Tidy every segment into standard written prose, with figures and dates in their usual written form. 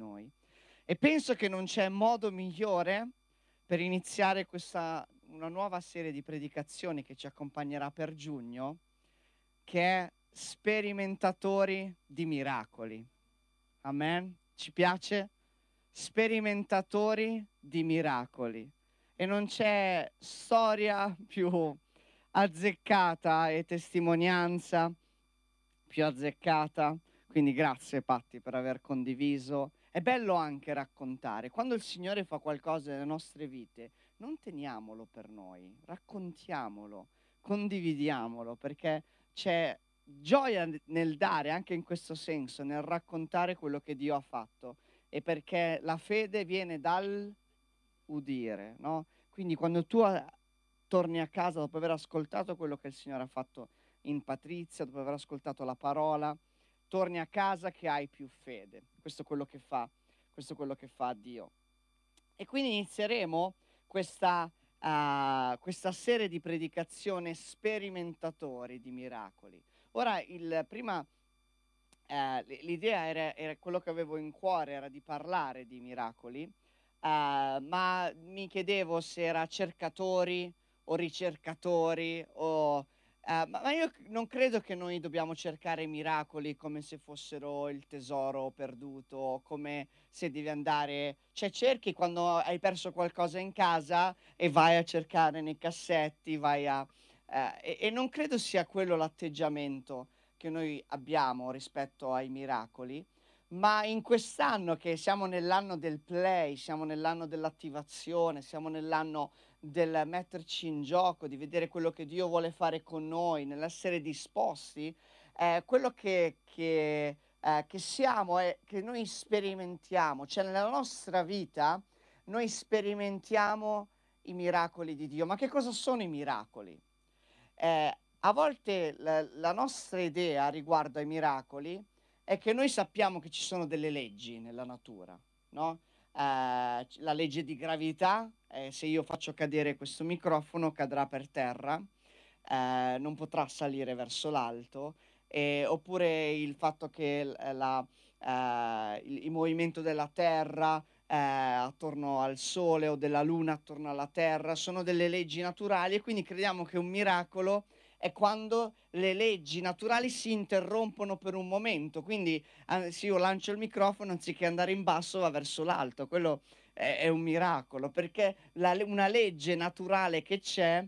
noi. E penso che non c'è modo migliore per iniziare una nuova serie di predicazioni che ci accompagnerà per giugno, che è sperimentatori di miracoli. Amen? Ci piace? Sperimentatori di miracoli. E non c'è storia più azzeccata e testimonianza più azzeccata. Quindi grazie Patti per aver condiviso. È bello anche raccontare. Quando il Signore fa qualcosa nelle nostre vite, non teniamolo per noi, raccontiamolo, condividiamolo, perché c'è gioia nel dare, anche in questo senso, nel raccontare quello che Dio ha fatto. E perché la fede viene dal udire, no? Quindi quando torni a casa dopo aver ascoltato quello che il Signore ha fatto in Patrizia, dopo aver ascoltato la parola, torni a casa che hai più fede. Questo è quello che fa, questo è quello che fa Dio. E quindi inizieremo questa serie di predicazione sperimentatori di miracoli. Ora, l'idea era quello che avevo in cuore, era di parlare di miracoli, ma mi chiedevo se era cercatori o ricercatori ma io non credo che noi dobbiamo cercare miracoli come se fossero il tesoro perduto, come se devi andare, cioè cerchi quando hai perso qualcosa in casa e vai a cercare nei cassetti, e non credo sia quello l'atteggiamento che noi abbiamo rispetto ai miracoli, ma in quest'anno che siamo nell'anno del play, siamo nell'anno dell'attivazione, siamo nell'anno del metterci in gioco, di vedere quello che Dio vuole fare con noi, nell'essere disposti, quello che siamo è che noi sperimentiamo, cioè nella nostra vita noi sperimentiamo i miracoli di Dio. Ma che cosa sono i miracoli? A volte la nostra idea riguardo ai miracoli è che noi sappiamo che ci sono delle leggi nella natura, no? La legge di gravità, se io faccio cadere questo microfono cadrà per terra, non potrà salire verso l'alto, oppure il fatto che il movimento della terra attorno al sole o della luna attorno alla terra sono delle leggi naturali, e quindi crediamo che un miracolo è quando le leggi naturali si interrompono per un momento. Quindi se io lancio il microfono, anziché andare in basso va verso l'alto. Quello è un miracolo, perché una legge naturale che c'è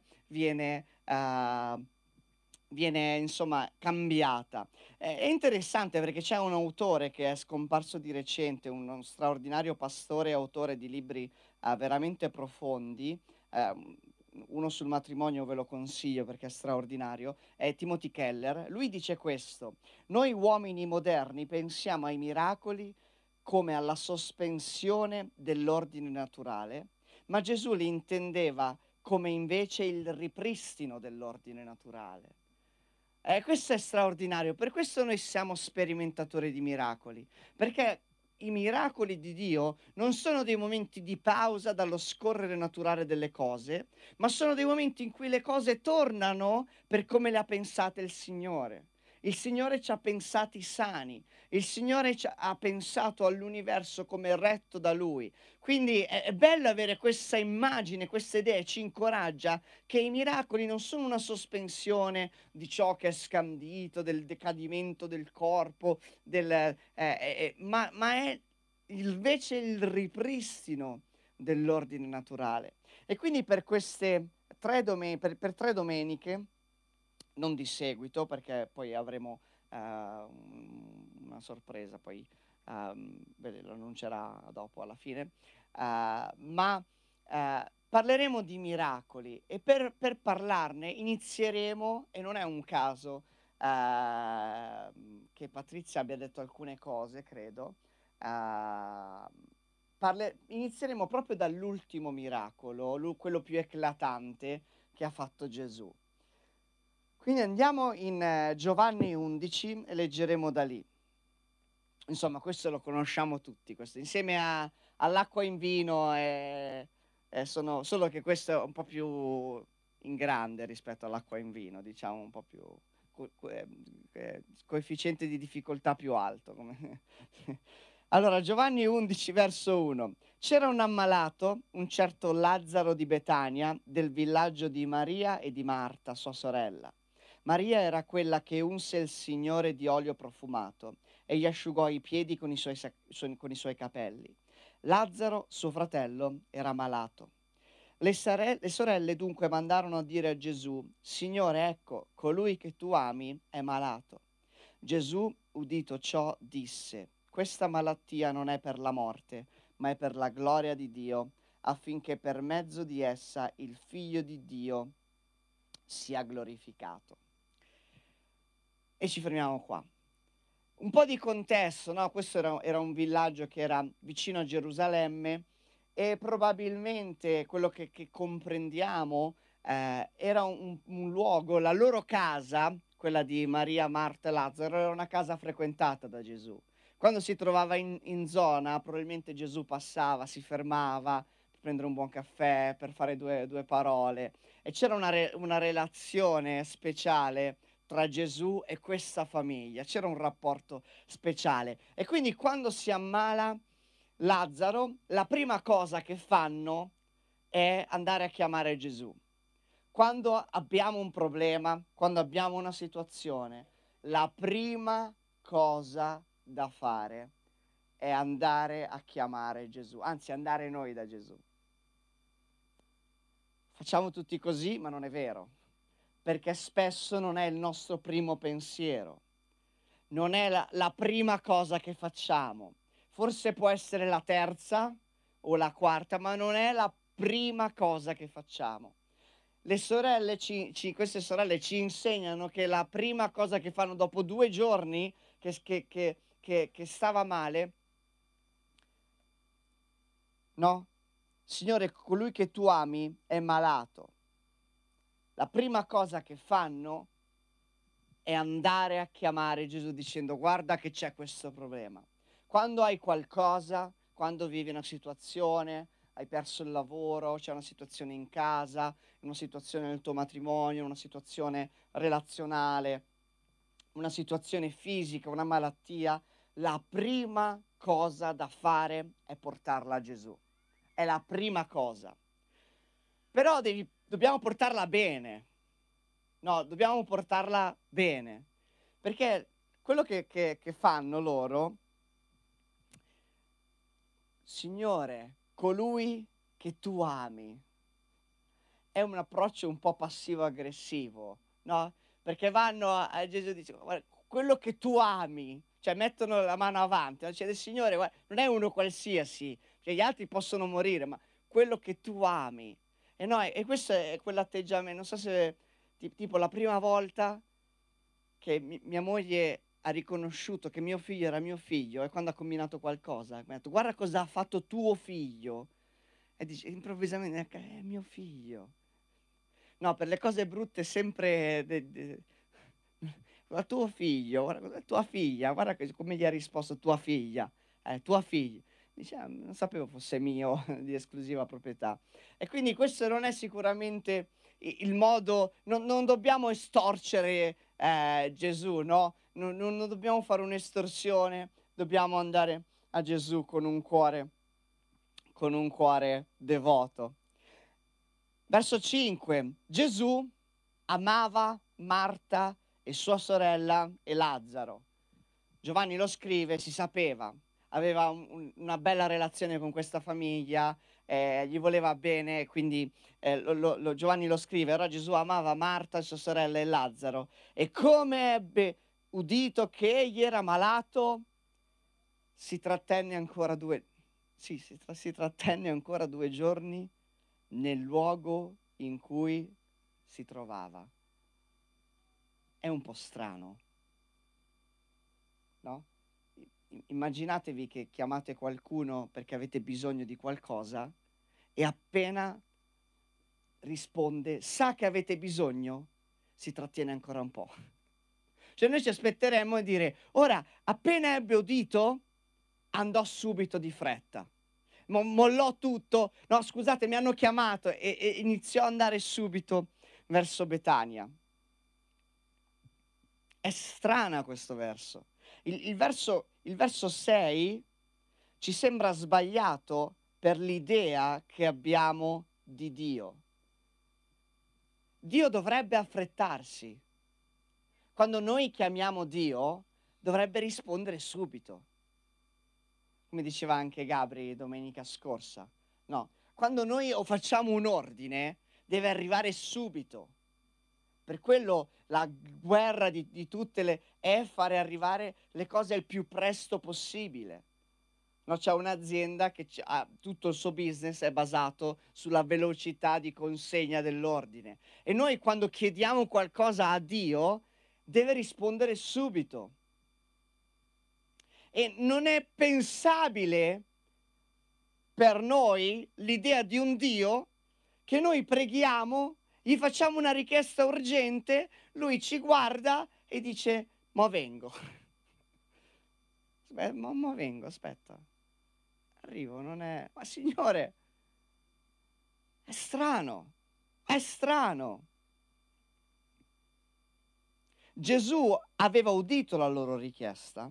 viene insomma cambiata. È interessante perché c'è un autore che è scomparso di recente, uno straordinario pastore e autore di libri veramente profondi. Uno sul matrimonio ve lo consiglio perché è straordinario, è Timothy Keller. Lui dice questo: noi uomini moderni pensiamo ai miracoli come alla sospensione dell'ordine naturale, ma Gesù li intendeva come invece il ripristino dell'ordine naturale. Questo è straordinario, per questo noi siamo sperimentatori di miracoli, perché i miracoli di Dio non sono dei momenti di pausa dallo scorrere naturale delle cose, ma sono dei momenti in cui le cose tornano per come le ha pensate il Signore. Il Signore ci ha pensati sani, il Signore ha pensato all'universo come retto da Lui. Quindi è bello avere questa immagine, questa idea, e ci incoraggia che i miracoli non sono una sospensione di ciò che è scandito, del decadimento del corpo, ma è invece il ripristino dell'ordine naturale. E quindi per queste per 3 domeniche, non di seguito, perché poi avremo una sorpresa, poi lo annuncerà dopo alla fine, parleremo di miracoli, e per parlarne inizieremo, e non è un caso che Patrizia abbia detto alcune cose, credo, inizieremo proprio dall'ultimo miracolo, quello più eclatante che ha fatto Gesù. Quindi andiamo in Giovanni 11 e leggeremo da lì. Insomma, questo lo conosciamo tutti, questo, insieme all'acqua in vino, solo che questo è un po' più in grande rispetto all'acqua in vino, diciamo un po' più coefficiente di difficoltà più alto. Allora, Giovanni 11, verso 1. C'era un ammalato, un certo Lazzaro di Betania, del villaggio di Maria e di Marta, sua sorella. Maria era quella che unse il Signore di olio profumato e gli asciugò i piedi con con i suoi capelli. Lazzaro, suo fratello, era malato. Le sorelle dunque mandarono a dire a Gesù: Signore, ecco, colui che tu ami è malato. Gesù, udito ciò, disse: Questa malattia non è per la morte, ma è per la gloria di Dio, affinché per mezzo di essa il Figlio di Dio sia glorificato. E ci fermiamo qua. Un po' di contesto, no? Questo era un villaggio che era vicino a Gerusalemme e probabilmente quello che comprendiamo era un luogo, la loro casa, quella di Maria, Marta e Lazzaro, era una casa frequentata da Gesù. Quando si trovava in zona, probabilmente Gesù passava, si fermava per prendere un buon caffè, per fare due parole. E c'era una relazione speciale tra Gesù e questa famiglia, c'era un rapporto speciale. E quindi quando si ammala Lazzaro, la prima cosa che fanno è andare a chiamare Gesù. Quando abbiamo un problema, quando abbiamo una situazione, la prima cosa da fare è andare a chiamare Gesù, anzi andare noi da Gesù. Facciamo tutti così, ma non è vero, perché spesso non è il nostro primo pensiero, non è la prima cosa che facciamo. Forse può essere la terza o la quarta, ma non è la prima cosa che facciamo. Le sorelle queste sorelle ci insegnano che la prima cosa che fanno dopo 2 giorni che stava male, no? Signore, colui che tu ami è malato. La prima cosa che fanno è andare a chiamare Gesù dicendo: guarda che c'è questo problema. Quando hai qualcosa, quando vivi una situazione, hai perso il lavoro, c'è una situazione in casa, una situazione nel tuo matrimonio, una situazione relazionale, una situazione fisica, una malattia, la prima cosa da fare è portarla a Gesù. È la prima cosa. Però dobbiamo portarla bene. No, dobbiamo portarla bene, perché quello che fanno loro: Signore, colui che tu ami. È un approccio un po' passivo-aggressivo, no, perché vanno a Gesù e dice: "Guarda, quello che tu ami", cioè mettono la mano avanti, no, dice: "Il Signore gua non è uno qualsiasi, cioè gli altri possono morire, ma quello che tu ami". E no, e questo è non so se tipo la prima volta che mia moglie ha riconosciuto che mio figlio era mio figlio è quando ha combinato qualcosa. Mi ha detto: "Guarda cosa ha fatto tuo figlio". E dice improvvisamente: È mio figlio". No, per le cose brutte sempre ma tuo figlio, guarda tua figlia, guarda che come gli ha risposto tua figlia, tua figlia. Dice: "Ah, non sapevo fosse mio di esclusiva proprietà". E quindi questo non è sicuramente il modo, non dobbiamo estorcere, Gesù, no, non dobbiamo fare un'estorsione, dobbiamo andare a Gesù con un cuore devoto. Verso 5. Gesù amava Marta e sua sorella e Lazzaro. Giovanni lo scrive, si sapeva, aveva una bella relazione con questa famiglia, gli voleva bene, quindi Giovanni lo scrive. Ora Gesù amava Marta, sua sorella e Lazzaro, e come ebbe udito che egli era malato, si trattenne ancora si trattenne ancora 2 giorni nel luogo in cui si trovava. È un po' strano, no? Immaginatevi che chiamate qualcuno perché avete bisogno di qualcosa e appena risponde, sa che avete bisogno, si trattiene ancora un po'. Cioè noi ci aspetteremmo e dire: ora, appena ebbe udito, andò subito di fretta. Mollò tutto. No, scusate, mi hanno chiamato e iniziò ad andare subito verso Betania. È strana questo verso. Il verso 6 ci sembra sbagliato per l'idea che abbiamo di Dio. Dio dovrebbe affrettarsi. Quando noi chiamiamo Dio, dovrebbe rispondere subito. Come diceva anche Gabri domenica scorsa. No, quando noi o facciamo un ordine, deve arrivare subito. Per quello la guerra di tutte le è fare arrivare le cose il più presto possibile. No, c'è un'azienda che ha tutto il suo business è basato sulla velocità di consegna dell'ordine. E noi quando chiediamo qualcosa a Dio, deve rispondere subito. E non è pensabile per noi l'idea di un Dio che noi preghiamo, gli facciamo una richiesta urgente, lui ci guarda e dice: "Mo' vengo". Mo' vengo, aspetta. Arrivo, non è ma Signore, è strano, è strano. Gesù aveva udito la loro richiesta.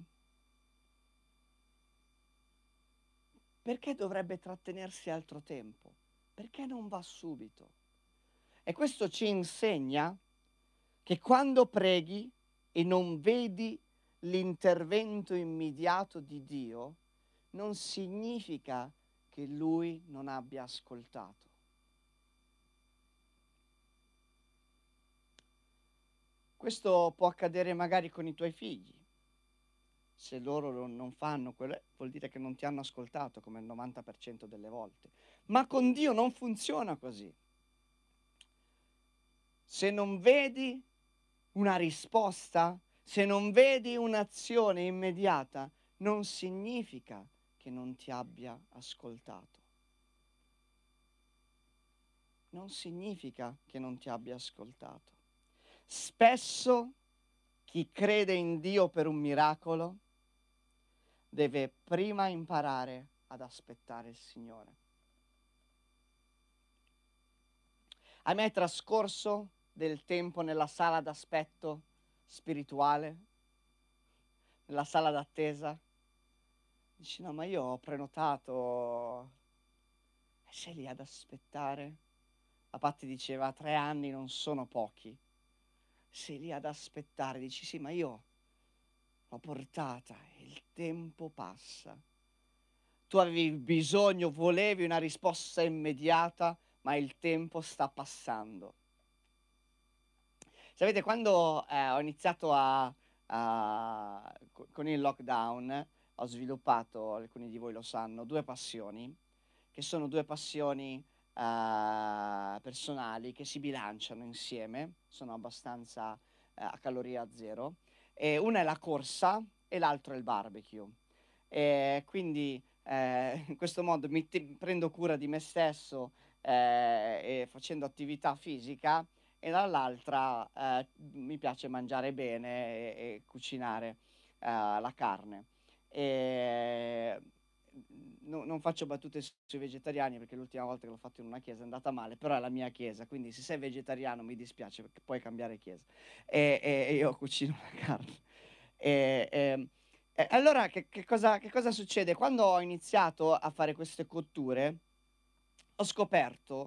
Perché dovrebbe trattenersi altro tempo? Perché non va subito? E questo ci insegna che quando preghi e non vedi l'intervento immediato di Dio, non significa che Lui non abbia ascoltato. Questo può accadere magari con i tuoi figli. Se loro non fanno quello, vuol dire che non ti hanno ascoltato come il 90% delle volte. Ma con Dio non funziona così. Se non vedi una risposta, se non vedi un'azione immediata, non significa che non ti abbia ascoltato. Non significa che non ti abbia ascoltato. Spesso chi crede in Dio per un miracolo deve prima imparare ad aspettare il Signore. Hai mai trascorso del tempo nella sala d'aspetto spirituale, nella sala d'attesa? Dici: "No, ma io ho prenotato", e sei lì ad aspettare. A Patti diceva: "3 anni non sono pochi". Sei lì ad aspettare, dici: "Sì, ma io l'ho portata e il tempo passa". Tu avevi bisogno, volevi una risposta immediata, ma il tempo sta passando. Sapete, quando, ho iniziato con il lockdown, ho sviluppato, alcuni di voi lo sanno, 2 passioni, che sono 2 passioni, personali che si bilanciano insieme, sono abbastanza, a caloria zero. Una è la corsa e l'altro è il barbecue. Quindi, in questo modo prendo cura di me stesso, e facendo attività fisica e dall'altra, mi piace mangiare bene e cucinare, la carne. Ehm, non faccio battute sui vegetariani perché l'ultima volta che l'ho fatto in una chiesa è andata male, però è la mia chiesa, quindi se sei vegetariano mi dispiace perché puoi cambiare chiesa. E io cucino la carne. E, e allora che cosa succede? Quando ho iniziato a fare queste cotture, ho scoperto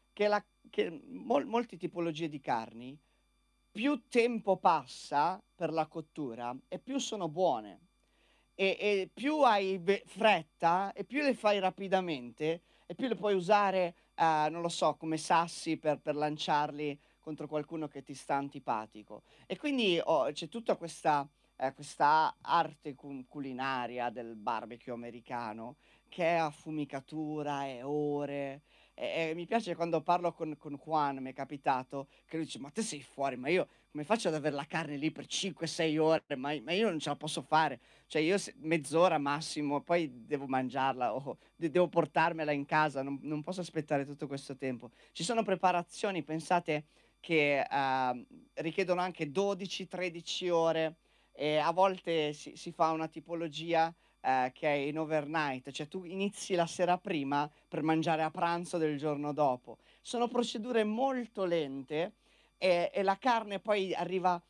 che molte tipologie di carni, più tempo passa per la cottura e più sono buone. E più hai fretta e più le fai rapidamente e più le puoi usare, non lo so, come sassi per lanciarli contro qualcuno che ti sta antipatico. E quindi c'è tutta questa arte culinaria del barbecue americano che è affumicatura, è ore. E mi piace quando parlo con Juan, mi è capitato, che lui dice: "Ma te sei fuori, ma io come faccio ad aver la carne lì per 5, 6 ore? Ma io non ce la posso fare. Cioè io mezz'ora massimo, poi devo mangiarla o devo portarmela in casa, non posso aspettare tutto questo tempo". Ci sono preparazioni, pensate, che, richiedono anche 12, 13 ore e a volte si fa una tipologia, che è in overnight, cioè tu inizi la sera prima per mangiare a pranzo del giorno dopo. Sono procedure molto lente e la carne poi arriva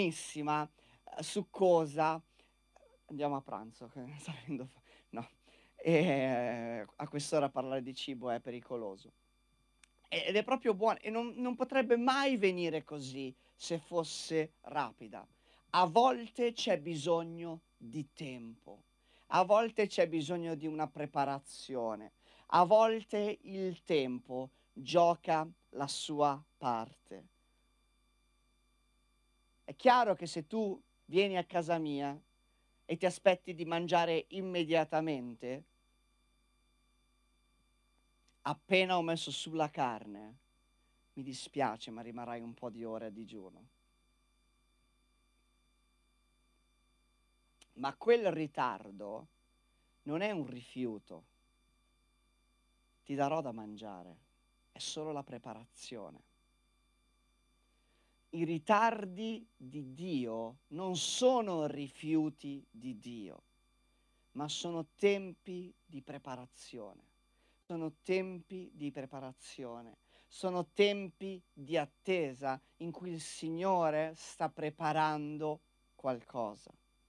buonissima, succosa. Andiamo a pranzo che mi sta venendo fa no. e a quest'ora parlare di cibo è pericoloso. Ed è proprio buona e non potrebbe mai venire così se fosse rapida. A volte c'è bisogno di tempo, a volte c'è bisogno di una preparazione, a volte il tempo gioca la sua parte. È chiaro che se tu vieni a casa mia e ti aspetti di mangiare immediatamente, appena ho messo sulla carne, mi dispiace, ma rimarrai un po' di ore a digiuno. Ma quel ritardo non è un rifiuto. Ti darò da mangiare, è solo la preparazione. I ritardi di Dio non sono rifiuti di Dio, ma sono tempi di preparazione. Sono tempi di preparazione. Sono tempi di attesa in cui il Signore sta preparando qualcosa.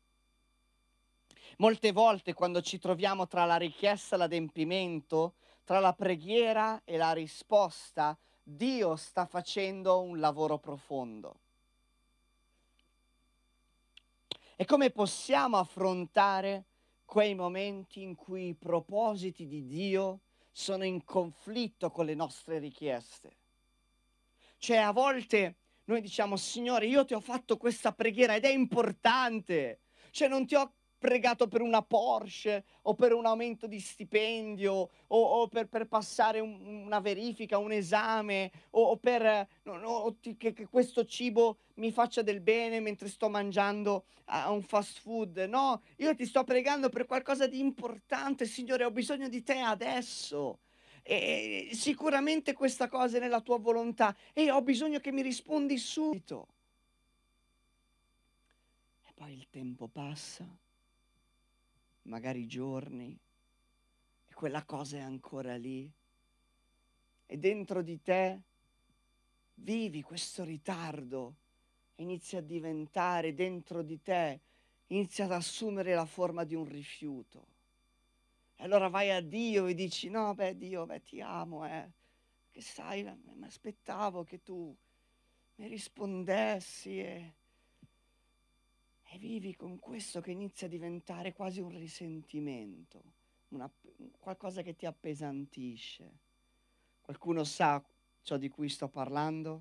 Molte volte quando ci troviamo tra la richiesta e l'adempimento, tra la preghiera e la risposta, Dio sta facendo un lavoro profondo. E come possiamo affrontare quei momenti in cui i propositi di Dio sono in conflitto con le nostre richieste? Cioè a volte noi diciamo: Signore, io ti ho fatto questa preghiera ed è importante. Cioè non ti ho pregato per una Porsche o per un aumento di stipendio o per passare una verifica, un esame o per che questo cibo mi faccia del bene mentre sto mangiando a un fast food. No, io ti sto pregando per qualcosa di importante, Signore, ho bisogno di te adesso. Sicuramente questa cosa è nella tua volontà e ho bisogno che mi rispondi subito. E poi il tempo passa, magari giorni, e quella cosa è ancora lì. E dentro di te vivi questo ritardo, inizia a diventare dentro di te, inizia ad assumere la forma di un rifiuto. E allora vai a Dio e dici: no, beh, Dio, beh, ti amo, che sai, mi aspettavo che tu mi rispondessi e vivi con questo che inizia a diventare quasi un risentimento, qualcosa che ti appesantisce. Qualcuno sa ciò di cui sto parlando?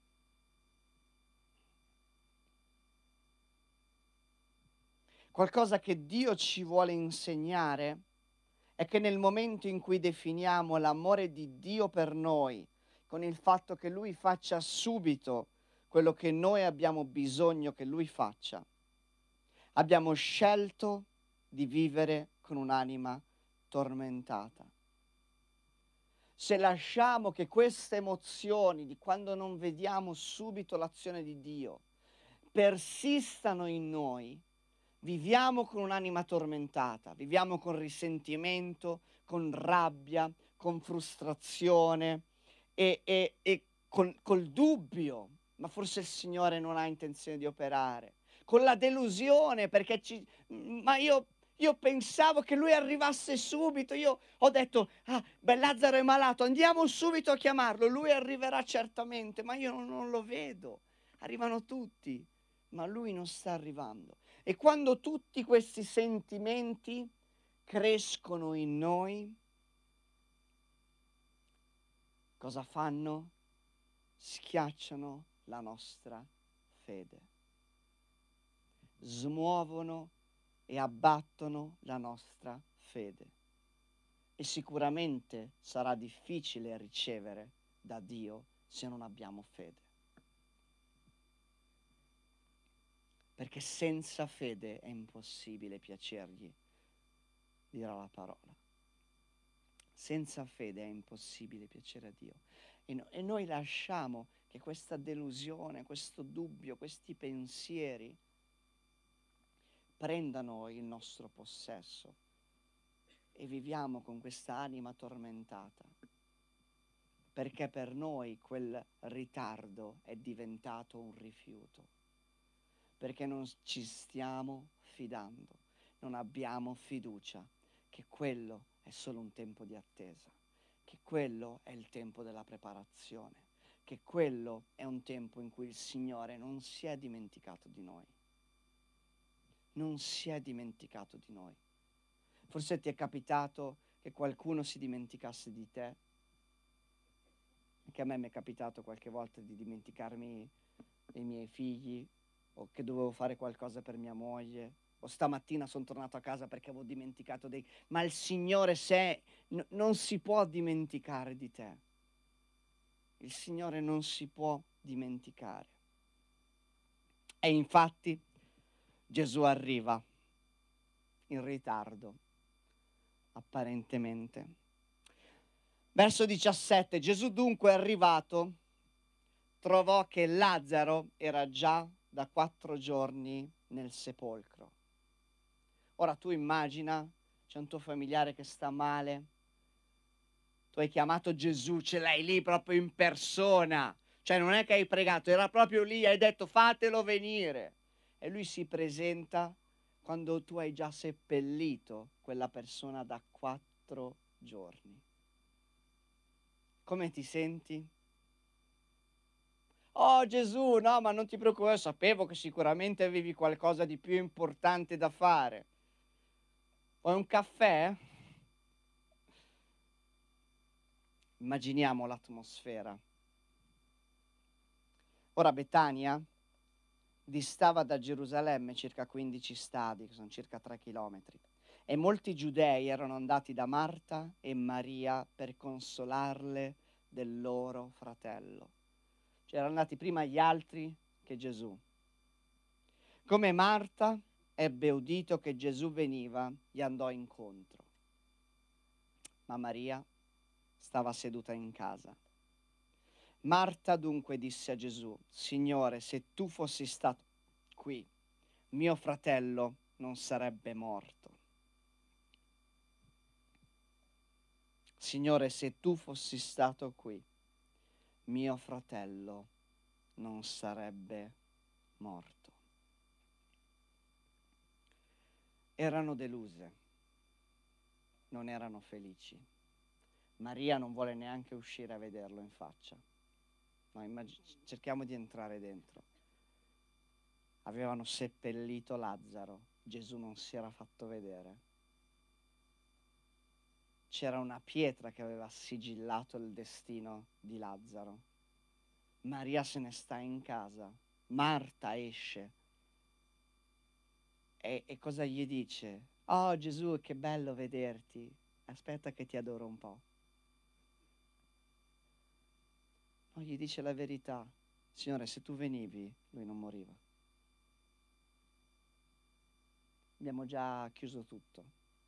Qualcosa che Dio ci vuole insegnare è che nel momento in cui definiamo l'amore di Dio per noi, con il fatto che Lui faccia subito quello che noi abbiamo bisogno che Lui faccia, abbiamo scelto di vivere con un'anima tormentata. Se lasciamo che queste emozioni di quando non vediamo subito l'azione di Dio persistano in noi, viviamo con un'anima tormentata, viviamo con risentimento, con rabbia, con frustrazione e col dubbio, ma forse il Signore non ha intenzione di operare, con la delusione perché ma io pensavo che lui arrivasse subito, io ho detto, ah, beh, Lazzaro è malato, andiamo subito a chiamarlo, lui arriverà certamente, ma io non lo vedo, arrivano tutti, ma lui non sta arrivando. E quando tutti questi sentimenti crescono in noi, cosa fanno? Schiacciano la nostra fede, smuovono e abbattono la nostra fede. E sicuramente sarà difficile ricevere da Dio se non abbiamo fede. Perché senza fede è impossibile piacergli, dirà la parola. Senza fede è impossibile piacere a Dio. E noi lasciamo che questa delusione, questo dubbio, questi pensieri prendano il nostro possesso e viviamo con questa anima tormentata. Perché per noi quel ritardo è diventato un rifiuto. Perché non ci stiamo fidando, non abbiamo fiducia che quello è solo un tempo di attesa, che quello è il tempo della preparazione, che quello è un tempo in cui il Signore non si è dimenticato di noi. Non si è dimenticato di noi. Forse ti è capitato che qualcuno si dimenticasse di te. Anche a me mi è capitato qualche volta di dimenticarmi dei miei figli, o che dovevo fare qualcosa per mia moglie, o stamattina sono tornato a casa perché avevo dimenticato dei... Ma il Signore non si può dimenticare di te. Il Signore non si può dimenticare. E infatti Gesù arriva in ritardo, apparentemente. Verso 17, Gesù dunque è arrivato, trovò che Lazzaro era già da 4 giorni nel sepolcro. Ora tu immagina, c'è un tuo familiare che sta male, tu hai chiamato Gesù, ce l'hai lì proprio in persona, cioè non è che hai pregato, era proprio lì, hai detto fatelo venire. E lui si presenta quando tu hai già seppellito quella persona da 4 giorni. Come ti senti? Oh Gesù, no, ma non ti preoccupare, sapevo che sicuramente avevi qualcosa di più importante da fare. Vuoi un caffè? Immaginiamo l'atmosfera. Ora Betania distava da Gerusalemme circa 15 stadi, che sono circa 3 chilometri, e molti giudei erano andati da Marta e Maria per consolarle del loro fratello. Cioè erano andati prima gli altri che Gesù. Come Marta ebbe udito che Gesù veniva, gli andò incontro. Ma Maria stava seduta in casa. Marta dunque disse a Gesù: Signore, se tu fossi stato qui, mio fratello non sarebbe morto. Signore, se tu fossi stato qui, mio fratello non sarebbe morto. Erano deluse, non erano felici. Maria non vuole neanche uscire a vederlo in faccia. No, cerchiamo di entrare dentro. Avevano seppellito Lazzaro, Gesù non si era fatto vedere. C'era una pietra che aveva sigillato il destino di Lazzaro. Maria se ne sta in casa, Marta esce e cosa gli dice? Oh Gesù, che bello vederti, aspetta che ti adoro un po'. No, gli dice la verità, Signore, se tu venivi, lui non moriva. Abbiamo già chiuso tutto.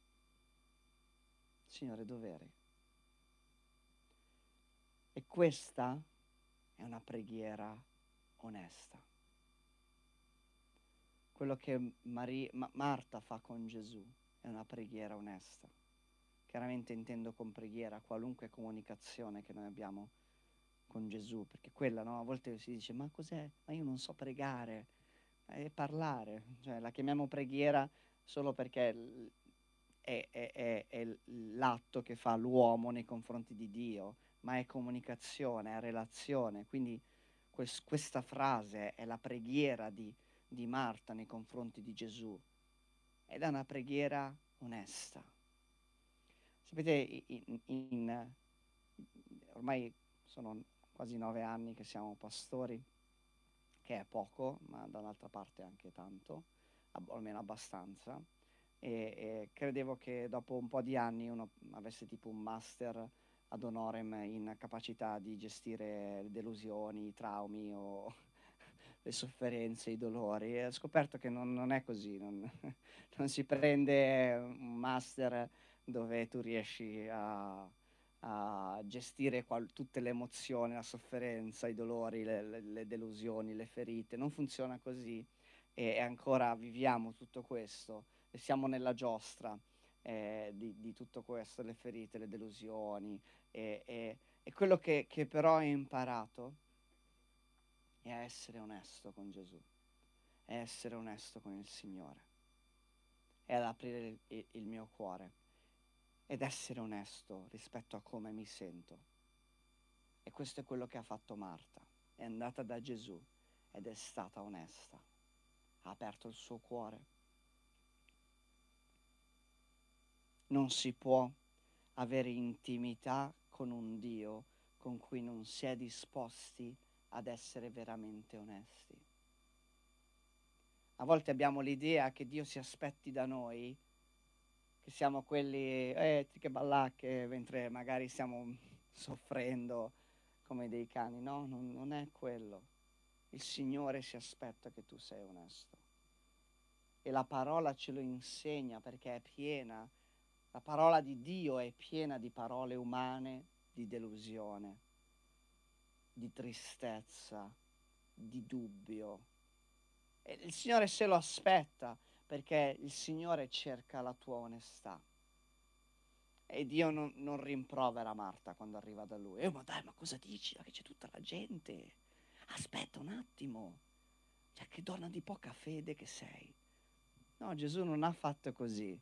Signore, dov'eri? E questa è una preghiera onesta. Quello che Marta fa con Gesù è una preghiera onesta. Chiaramente intendo con preghiera qualunque comunicazione che noi abbiamo con Gesù, perché quella, no? A volte si dice, ma cos'è? Ma io non so pregare, è parlare, cioè la chiamiamo preghiera solo perché è l'atto che fa l'uomo nei confronti di Dio, ma è comunicazione, è relazione, quindi questa frase è la preghiera di Marta nei confronti di Gesù, ed è una preghiera onesta. Sapete, ormai sono quasi 9 anni che siamo pastori, che è poco, ma dall'altra parte anche tanto, almeno abbastanza, e credevo che dopo un po' di anni uno avesse tipo un master ad honorem in capacità di gestire le delusioni, i traumi o le sofferenze, i dolori, e ho scoperto che non è così, non si prende un master dove tu riesci a gestire tutte le emozioni, la sofferenza, i dolori, le delusioni, le ferite. Non funziona così, e ancora viviamo tutto questo e siamo nella giostra di tutto questo, le ferite, le delusioni. E quello che però ho imparato è a essere onesto con Gesù, è essere onesto con il Signore, è ad aprire il mio cuore ed essere onesto rispetto a come mi sento. E questo è quello che ha fatto Marta. È andata da Gesù ed è stata onesta. Ha aperto il suo cuore. Non si può avere intimità con un Dio con cui non si è disposti ad essere veramente onesti. A volte abbiamo l'idea che Dio si aspetti da noi, che siamo quelli, che ballacche, mentre magari stiamo soffrendo come dei cani. No, non è quello. Il Signore si aspetta che tu sei onesto. E la parola ce lo insegna perché è piena. La parola di Dio è piena di parole umane, di delusione, di tristezza, di dubbio. E il Signore se lo aspetta perché il Signore cerca la tua onestà. E Dio non rimprovera Marta quando arriva da lui. Ma dai, ma cosa dici? Che c'è tutta la gente. Aspetta un attimo. Cioè, che donna di poca fede che sei. No, Gesù non ha fatto così.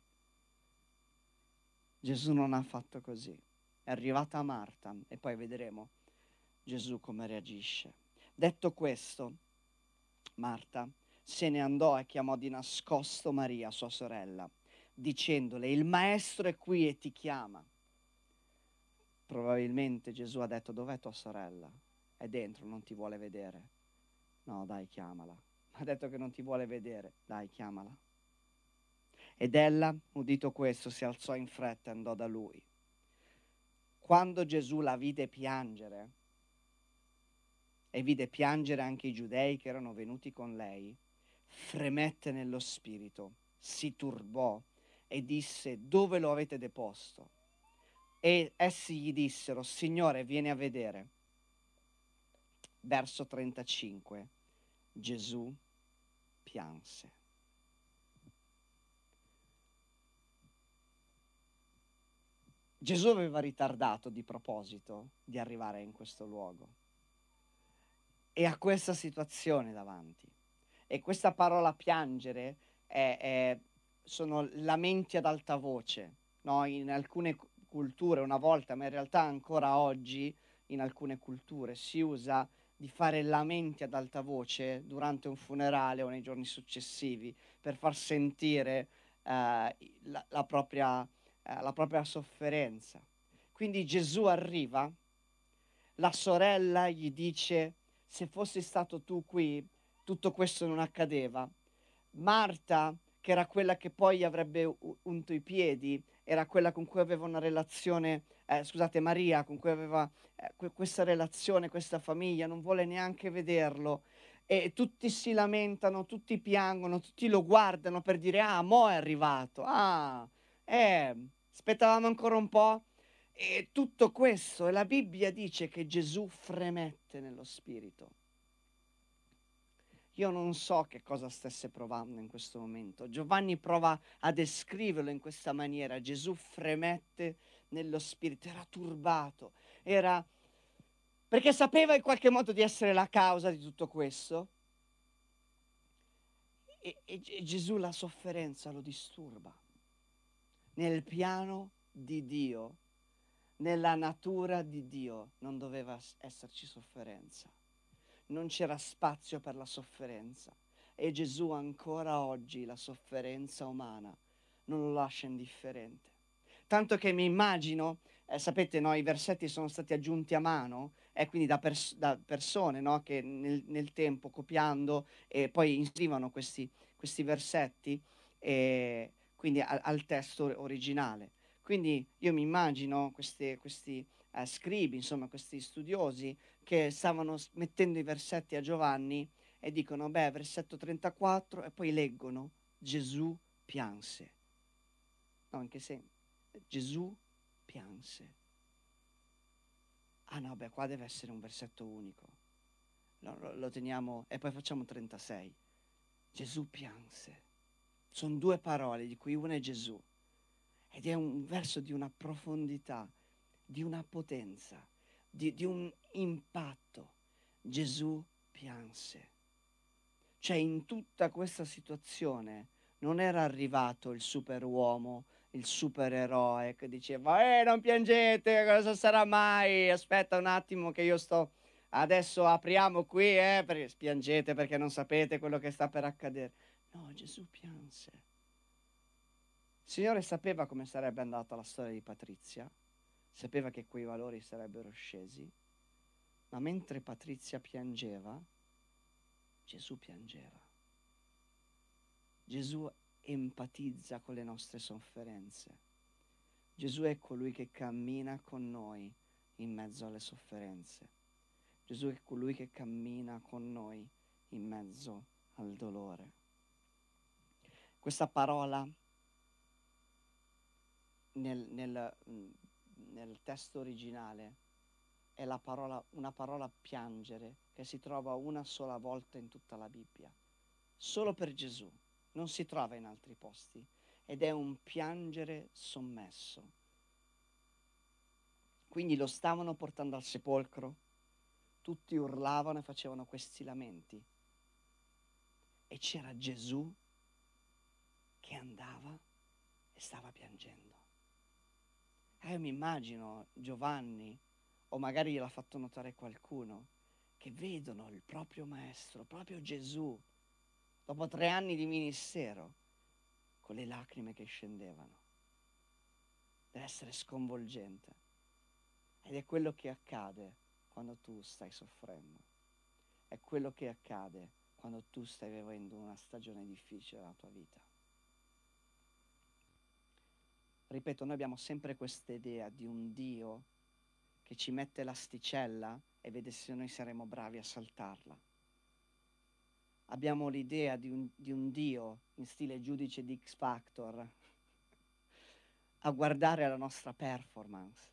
Gesù non ha fatto così. È arrivata Marta e poi vedremo Gesù come reagisce. Detto questo, Marta se ne andò e chiamò di nascosto Maria, sua sorella, dicendole: il maestro è qui e ti chiama. Probabilmente Gesù ha detto: dov'è tua sorella? È dentro, non ti vuole vedere. No, dai, chiamala. Ha detto che non ti vuole vedere. Dai, chiamala. Ed ella, udito questo, si alzò in fretta e andò da lui. Quando Gesù la vide piangere, e vide piangere anche i giudei che erano venuti con lei, fremette nello spirito, si turbò e disse: dove lo avete deposto? E essi gli dissero: Signore, vieni a vedere. Verso 35. Gesù pianse. Gesù aveva ritardato di proposito di arrivare in questo luogo e ha questa situazione davanti. E questa parola piangere sono lamenti ad alta voce, no? In alcune culture una volta, ma in realtà ancora oggi in alcune culture si usa di fare lamenti ad alta voce durante un funerale o nei giorni successivi per far sentire la propria sofferenza. Quindi Gesù arriva, la sorella gli dice: se fossi stato tu qui, tutto questo non accadeva. Marta, che era quella che poi avrebbe unto i piedi, era quella con cui aveva una relazione, scusate, Maria, con cui aveva questa relazione, questa famiglia, non vuole neanche vederlo. E tutti si lamentano, tutti piangono, tutti lo guardano per dire: ah, mo' è arrivato, aspettavamo ancora un po'. E tutto questo, e la Bibbia dice che Gesù fremette nello spirito. Io non so che cosa stesse provando in questo momento. Giovanni prova a descriverlo in questa maniera. Gesù fremette nello spirito, era turbato, era perché sapeva in qualche modo di essere la causa di tutto questo. E Gesù la sofferenza lo disturba. Nel piano di Dio, nella natura di Dio, non doveva esserci sofferenza. Non c'era spazio per la sofferenza. E Gesù ancora oggi la sofferenza umana non lo lascia indifferente. Tanto che mi immagino, sapete, no, i versetti sono stati aggiunti a mano, e quindi da persone, no, che nel tempo, copiando, e poi inserivano questi versetti quindi al testo originale. Quindi io mi immagino questi scribi, insomma, questi studiosi che stavano mettendo i versetti a Giovanni e dicono: beh, versetto 34, e poi leggono: Gesù pianse. No, anche se Gesù pianse. Ah no, beh, qua deve essere un versetto unico. Lo teniamo e poi facciamo 36. Gesù pianse. Sono due parole, di cui una è Gesù. Ed è un verso di una profondità, di una potenza, di un impatto. Gesù pianse. Cioè, in tutta questa situazione non era arrivato il superuomo il supereroe che diceva: non piangete, cosa sarà mai? Aspetta un attimo che io sto adesso apriamo qui, perché piangete perché non sapete quello che sta per accadere." No, Gesù pianse. Il Signore sapeva come sarebbe andata la storia di Patrizia, sapeva che quei valori sarebbero scesi, ma mentre Patrizia piangeva, Gesù piangeva. Gesù empatizza con le nostre sofferenze. Gesù è colui che cammina con noi in mezzo alle sofferenze. Gesù è colui che cammina con noi in mezzo al dolore. Questa parola nel testo originale è una parola piangere che si trova una sola volta in tutta la Bibbia, solo per Gesù, non si trova in altri posti, ed è un piangere sommesso. Quindi lo stavano portando al sepolcro, tutti urlavano e facevano questi lamenti, e c'era Gesù che andava e stava piangendo. Io mi immagino Giovanni, o magari gliel'ha fatto notare qualcuno, che vedono il proprio maestro, proprio Gesù, dopo 3 anni di ministero, con le lacrime che scendevano. Deve essere sconvolgente. Ed è quello che accade quando tu stai soffrendo. È quello che accade quando tu stai vivendo una stagione difficile nella tua vita. Ripeto, noi abbiamo sempre questa idea di un Dio che ci mette l'asticella e vede se noi saremo bravi a saltarla. Abbiamo l'idea di un Dio in stile giudice di X Factor a guardare la nostra performance.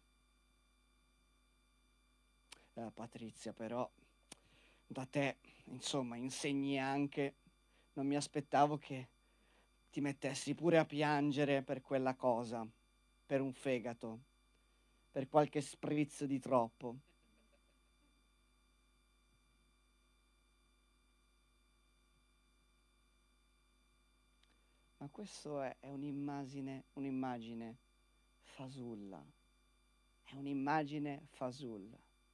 Patrizia, però da te, insomma, insegni anche, non mi aspettavo che ti mettessi pure a piangere per quella cosa, per un fegato, per qualche spritz di troppo. Ma questo è un'immagine fasulla, è un'immagine fasulla.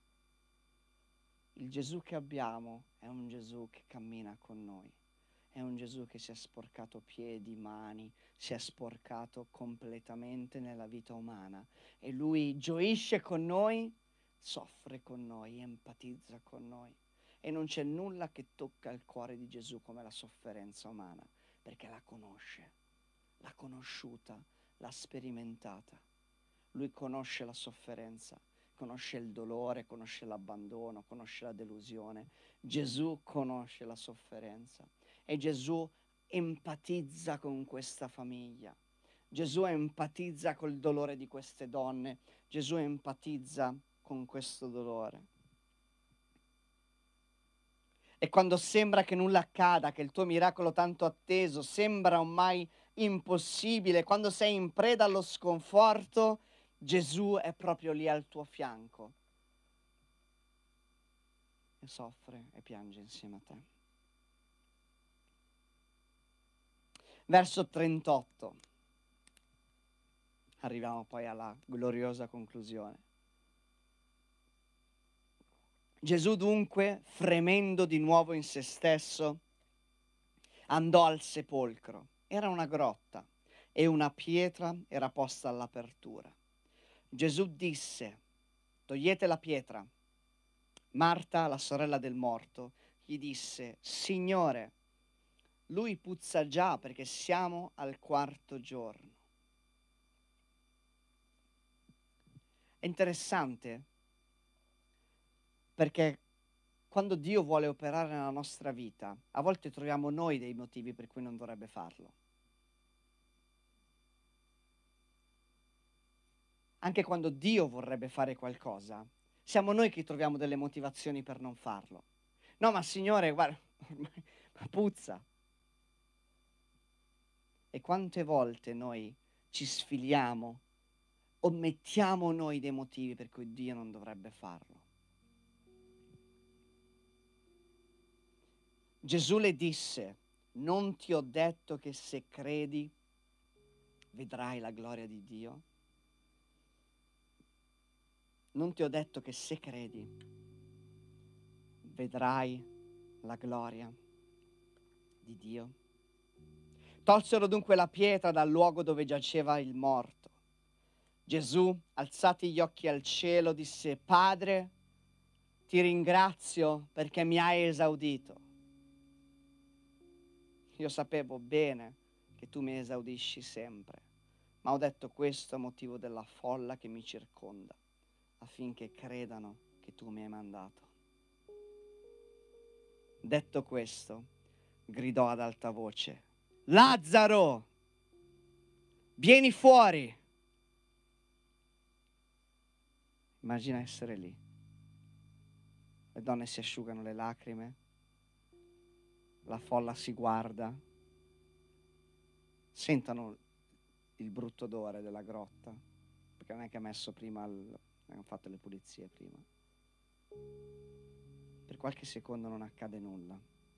Il Gesù che abbiamo è un Gesù che cammina con noi, è un Gesù che si è sporcato piedi, mani, si è sporcato completamente nella vita umana e Lui gioisce con noi, soffre con noi, empatizza con noi. E non c'è nulla che tocca il cuore di Gesù come la sofferenza umana, perché la conosce, l'ha conosciuta, l'ha sperimentata. Lui conosce la sofferenza, conosce il dolore, conosce l'abbandono, conosce la delusione. Gesù conosce la sofferenza e Gesù empatizza con questa famiglia. Gesù empatizza col dolore di queste donne. Gesù empatizza con questo dolore. E quando sembra che nulla accada, che il tuo miracolo tanto atteso sembra ormai impossibile, quando sei in preda allo sconforto, Gesù è proprio lì al tuo fianco e soffre e piange insieme a te. Verso 38. Arriviamo poi alla gloriosa conclusione. Gesù dunque, fremendo di nuovo in se stesso, andò al sepolcro. Era una grotta e una pietra era posta all'apertura. Gesù disse: togliete la pietra. Marta, la sorella del morto, gli disse: Signore, lui puzza già perché siamo al 4° giorno. È interessante perché quando Dio vuole operare nella nostra vita, a volte troviamo noi dei motivi per cui non dovrebbe farlo. Anche quando Dio vorrebbe fare qualcosa, siamo noi che troviamo delle motivazioni per non farlo. No, ma Signore, guarda, ormai puzza. E quante volte noi ci sfiliamo o mettiamo noi dei motivi per cui Dio non dovrebbe farlo. Gesù le disse: non ti ho detto che se credi vedrai la gloria di Dio. Non ti ho detto che se credi, vedrai la gloria di Dio? Tolsero dunque la pietra dal luogo dove giaceva il morto. Gesù, alzati gli occhi al cielo, disse: Padre, ti ringrazio perché mi hai esaudito. Io sapevo bene che tu mi esaudisci sempre, ma ho detto questo a motivo della folla che mi circonda, affinché credano che tu mi hai mandato. Detto questo, gridò ad alta voce: Lazzaro, vieni fuori! Immagina essere lì. Le donne si asciugano le lacrime, la folla si guarda, sentono il brutto odore della grotta, perché non è che ha messo prima, hanno fatto le pulizie prima. Per qualche secondo non accade nulla.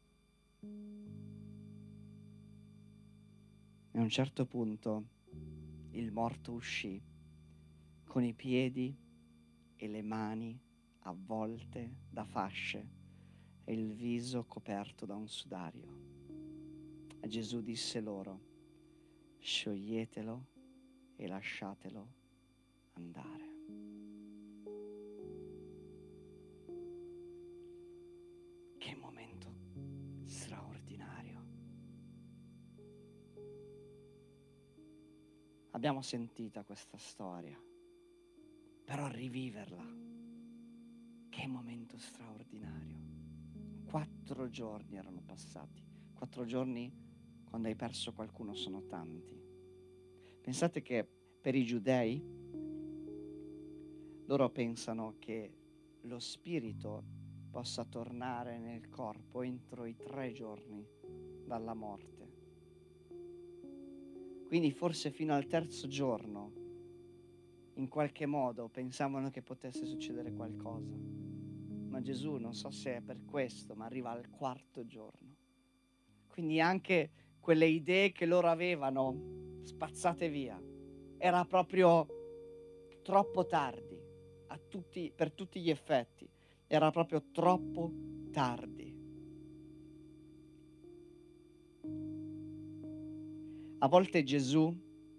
E a un certo punto il morto uscì con i piedi e le mani avvolte da fasce e il viso coperto da un sudario. E Gesù disse loro: scioglietelo e lasciatelo andare. Che momento straordinario. Abbiamo sentito questa storia, però riviverla, che momento straordinario. 4 giorni erano passati. 4 giorni quando hai perso qualcuno sono tanti. Pensate che per i giudei loro pensano che lo spirito possa tornare nel corpo entro i 3 giorni dalla morte. Quindi forse fino al 3° giorno in qualche modo pensavano che potesse succedere qualcosa. Ma Gesù, non so se è per questo, ma arriva al 4° giorno. Quindi anche quelle idee che loro avevano spazzate via. Era proprio troppo tardi, per tutti gli effetti. Era proprio troppo tardi. A volte Gesù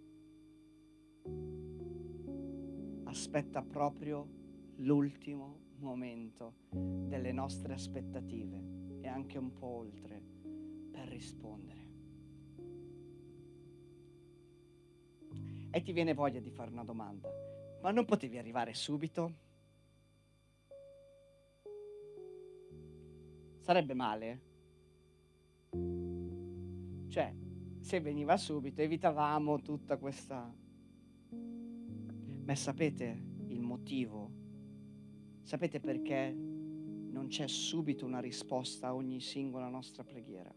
aspetta proprio l'ultimo momento delle nostre aspettative e anche un po' oltre per rispondere. E ti viene voglia di fare una domanda: ma non potevi arrivare subito? Sarebbe male? Cioè, se veniva subito evitavamo tutta questa... Ma sapete il motivo? Sapete perché non c'è subito una risposta a ogni singola nostra preghiera?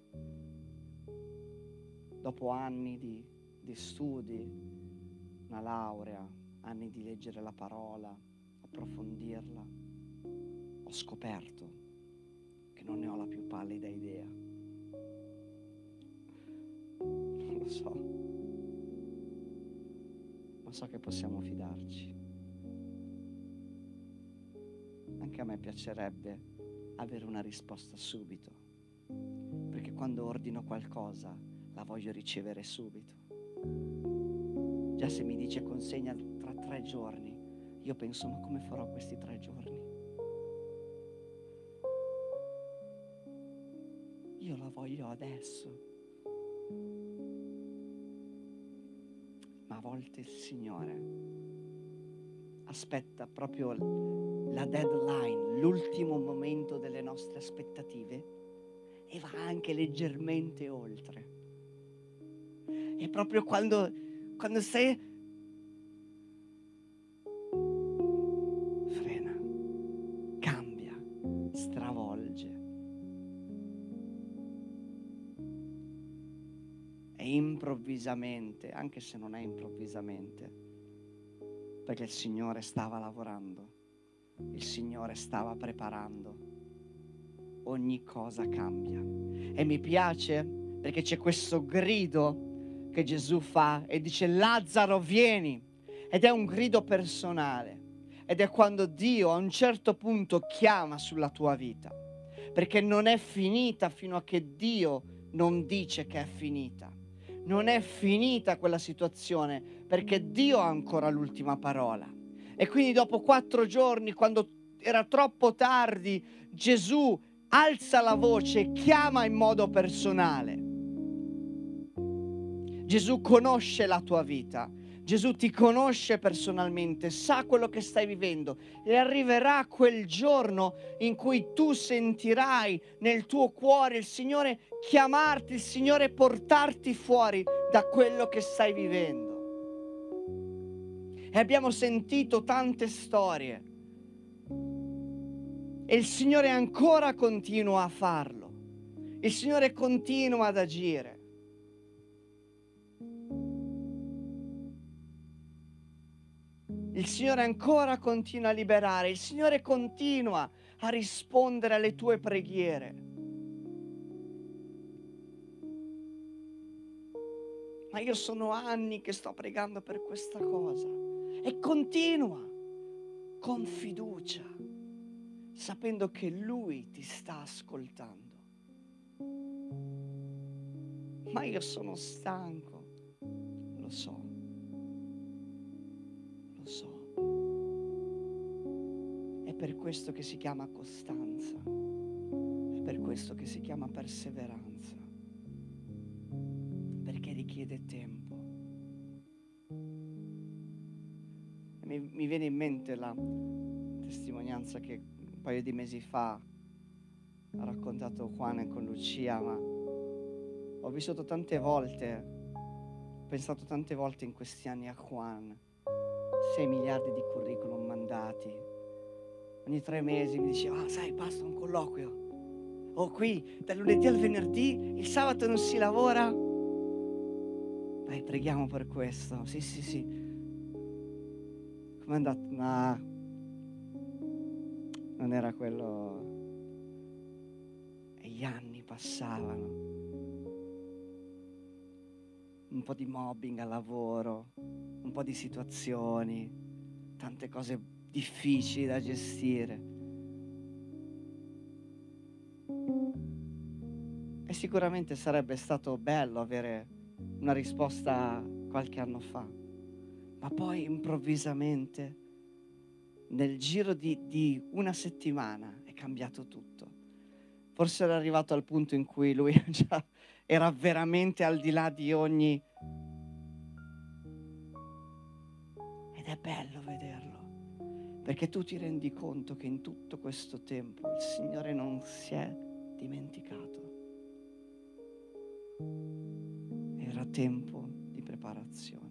Dopo anni di studi, una laurea, anni di leggere la parola, approfondirla, ho scoperto che non ne ho la più pallida idea. Non lo so, ma so che possiamo fidarci. Anche a me piacerebbe avere una risposta subito, perché quando ordino qualcosa la voglio ricevere subito. Già se mi dice consegna tra 3 giorni, io penso: ma come farò questi 3 giorni? Io la voglio adesso. Ma a volte il Signore aspetta proprio la deadline, l'ultimo momento delle nostre aspettative, e va anche leggermente oltre. E proprio quando sei... frena, cambia, stravolge. E improvvisamente, anche se non è improvvisamente, perché il Signore stava lavorando, il Signore stava preparando, ogni cosa cambia. E mi piace perché c'è questo grido che Gesù fa e dice: Lazzaro, vieni. Ed è un grido personale. Ed è quando Dio a un certo punto chiama sulla tua vita. Perché non è finita fino a che Dio non dice che è finita. Non è finita quella situazione perché Dio ha ancora l'ultima parola. E quindi dopo 4 giorni, quando era troppo tardi, Gesù alza la voce e chiama in modo personale. Gesù conosce la tua vita. Gesù ti conosce personalmente, sa quello che stai vivendo e arriverà quel giorno in cui tu sentirai nel tuo cuore il Signore chiamarti, il Signore portarti fuori da quello che stai vivendo. E abbiamo sentito tante storie e il Signore ancora continua a farlo. Il Signore continua ad agire. Il Signore ancora continua a liberare, il Signore continua a rispondere alle tue preghiere. Ma io sono anni che sto pregando per questa cosa. E continua con fiducia, sapendo che Lui ti sta ascoltando. Ma io sono stanco, lo so. Lo so. È per questo che si chiama costanza, è per questo che si chiama perseveranza, perché richiede tempo. Mi viene in mente la testimonianza che un paio di mesi fa ha raccontato Juan con Lucia, ma ho vissuto tante volte, ho pensato tante volte in questi anni a Juan. 6 miliardi di curriculum mandati. Ogni 3 mesi mi diceva: sai, basta un colloquio. O qui, dal lunedì al venerdì, il sabato non si lavora. Dai, preghiamo per questo. Sì. Com'è andato? No, non era quello. E gli anni passavano. Un po' di mobbing al lavoro, un po' di situazioni, tante cose difficili da gestire. E sicuramente sarebbe stato bello avere una risposta qualche anno fa, ma poi improvvisamente, nel giro di una settimana, è cambiato tutto. Forse era arrivato al punto in cui lui già era veramente al di là di ogni... Ed è bello vederlo, perché tu ti rendi conto che in tutto questo tempo il Signore non si è dimenticato. Era tempo di preparazione.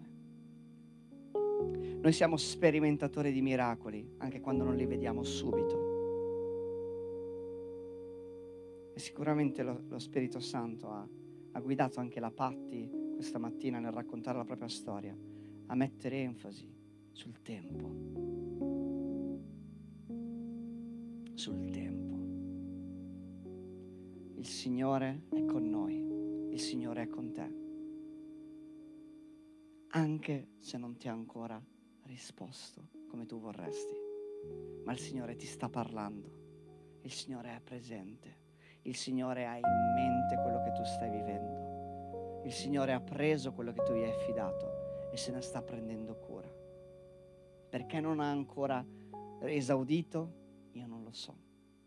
Noi siamo sperimentatori di miracoli, anche quando non li vediamo subito. E sicuramente lo Spirito Santo ha guidato anche la Patti questa mattina nel raccontare la propria storia, a mettere enfasi sul tempo. Sul tempo. Il Signore è con noi, il Signore è con te. Anche se non ti ha ancora risposto come tu vorresti, ma il Signore ti sta parlando, il Signore è presente, il Signore ha in mente quello che tu stai vivendo, il Signore ha preso quello che tu gli hai affidato e se ne sta prendendo cura. Perché non ha ancora esaudito? Io non lo so,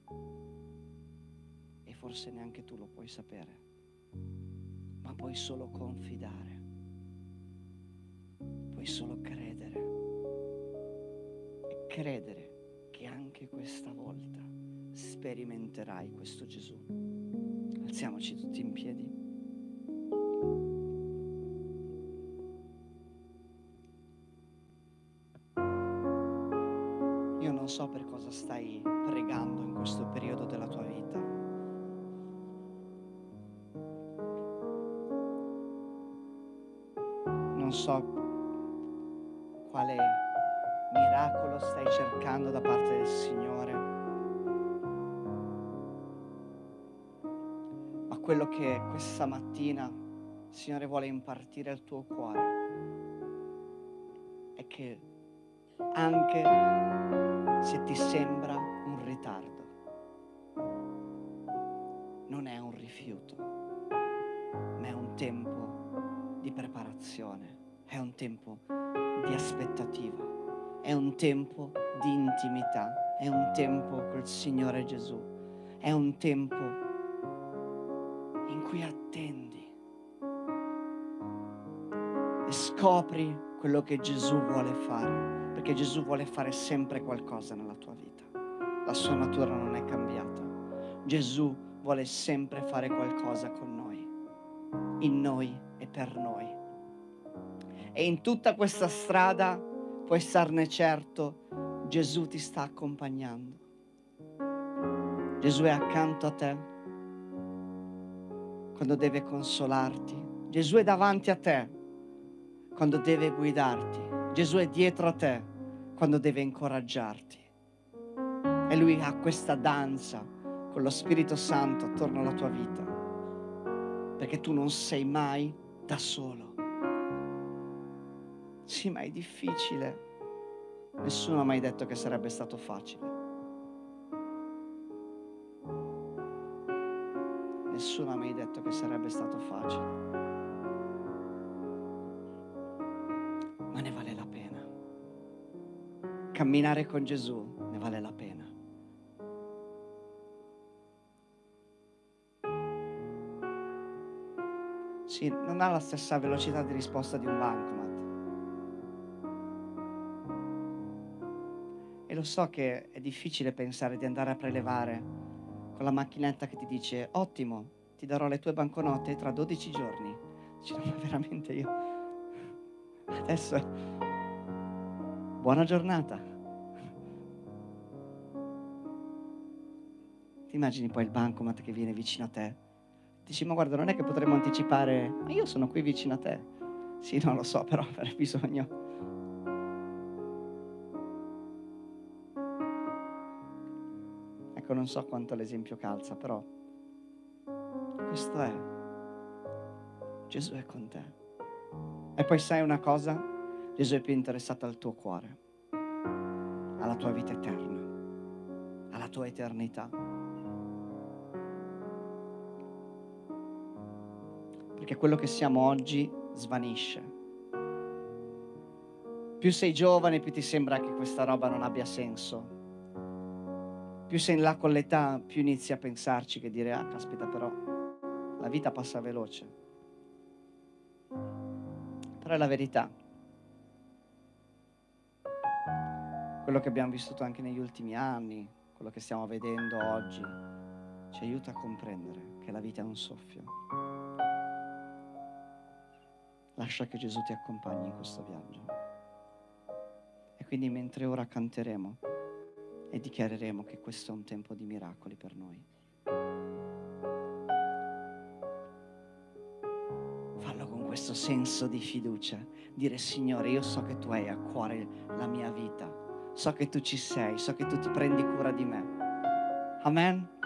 e forse neanche tu lo puoi sapere, ma puoi solo confidare. Puoi solo credere e credere che anche questa volta sperimenterai questo Gesù. Alziamoci tutti in piedi. Io non so per cosa stai pregando in questo periodo della tua vita. Non so quale miracolo stai cercando da parte del Signore, ma quello che questa mattina il Signore vuole impartire al tuo cuore è che anche se ti sembra un ritardo, non è un rifiuto, ma è un tempo di preparazione, è un tempo di aspettativa, è un tempo di intimità, è un tempo col Signore Gesù, è un tempo in cui attendi e scopri quello che Gesù vuole fare, perché Gesù vuole fare sempre qualcosa nella tua vita. La sua natura non è cambiata. Gesù vuole sempre fare qualcosa con noi, in noi e per noi. E in tutta questa strada puoi starne certo, Gesù ti sta accompagnando. Gesù è accanto a te quando deve consolarti. Gesù è davanti a te quando deve guidarti. Gesù è dietro a te quando deve incoraggiarti. E Lui ha questa danza con lo Spirito Santo attorno alla tua vita, perché tu non sei mai da solo. Sì, ma è difficile. Nessuno ha mai detto che sarebbe stato facile. Nessuno ha mai detto che sarebbe stato facile. Ma ne vale la pena. Camminare con Gesù ne vale la pena. Sì, non ha la stessa velocità di risposta di un bancomat. E lo so che è difficile pensare di andare a prelevare con la macchinetta che ti dice ottimo, ti darò le tue banconote tra 12 giorni. Dici, no, ma veramente io adesso buona giornata. Ti immagini poi il bancomat che viene vicino a te? Dici, ma guarda, non è che potremmo anticipare, ma io sono qui vicino a te. Sì, non lo so, però avrei bisogno. Ecco, non so quanto l'esempio calza, però questo è. Gesù è con te. E poi sai una cosa? Gesù è più interessato al tuo cuore, alla tua vita eterna, alla tua eternità. Perché quello che siamo oggi svanisce. Più sei giovane, più ti sembra che questa roba non abbia senso. Più sei in là con l'età, più inizi a pensarci che dire, ah, caspita, però la vita passa veloce. Però è la verità. Quello che abbiamo vissuto anche negli ultimi anni, quello che stiamo vedendo oggi, ci aiuta a comprendere che la vita è un soffio. Lascia che Gesù ti accompagni in questo viaggio. E quindi mentre ora canteremo e dichiareremo che questo è un tempo di miracoli per noi, fallo con questo senso di fiducia. Dire, Signore, io so che tu hai a cuore la mia vita. So che tu ci sei, so che tu ti prendi cura di me. Amen.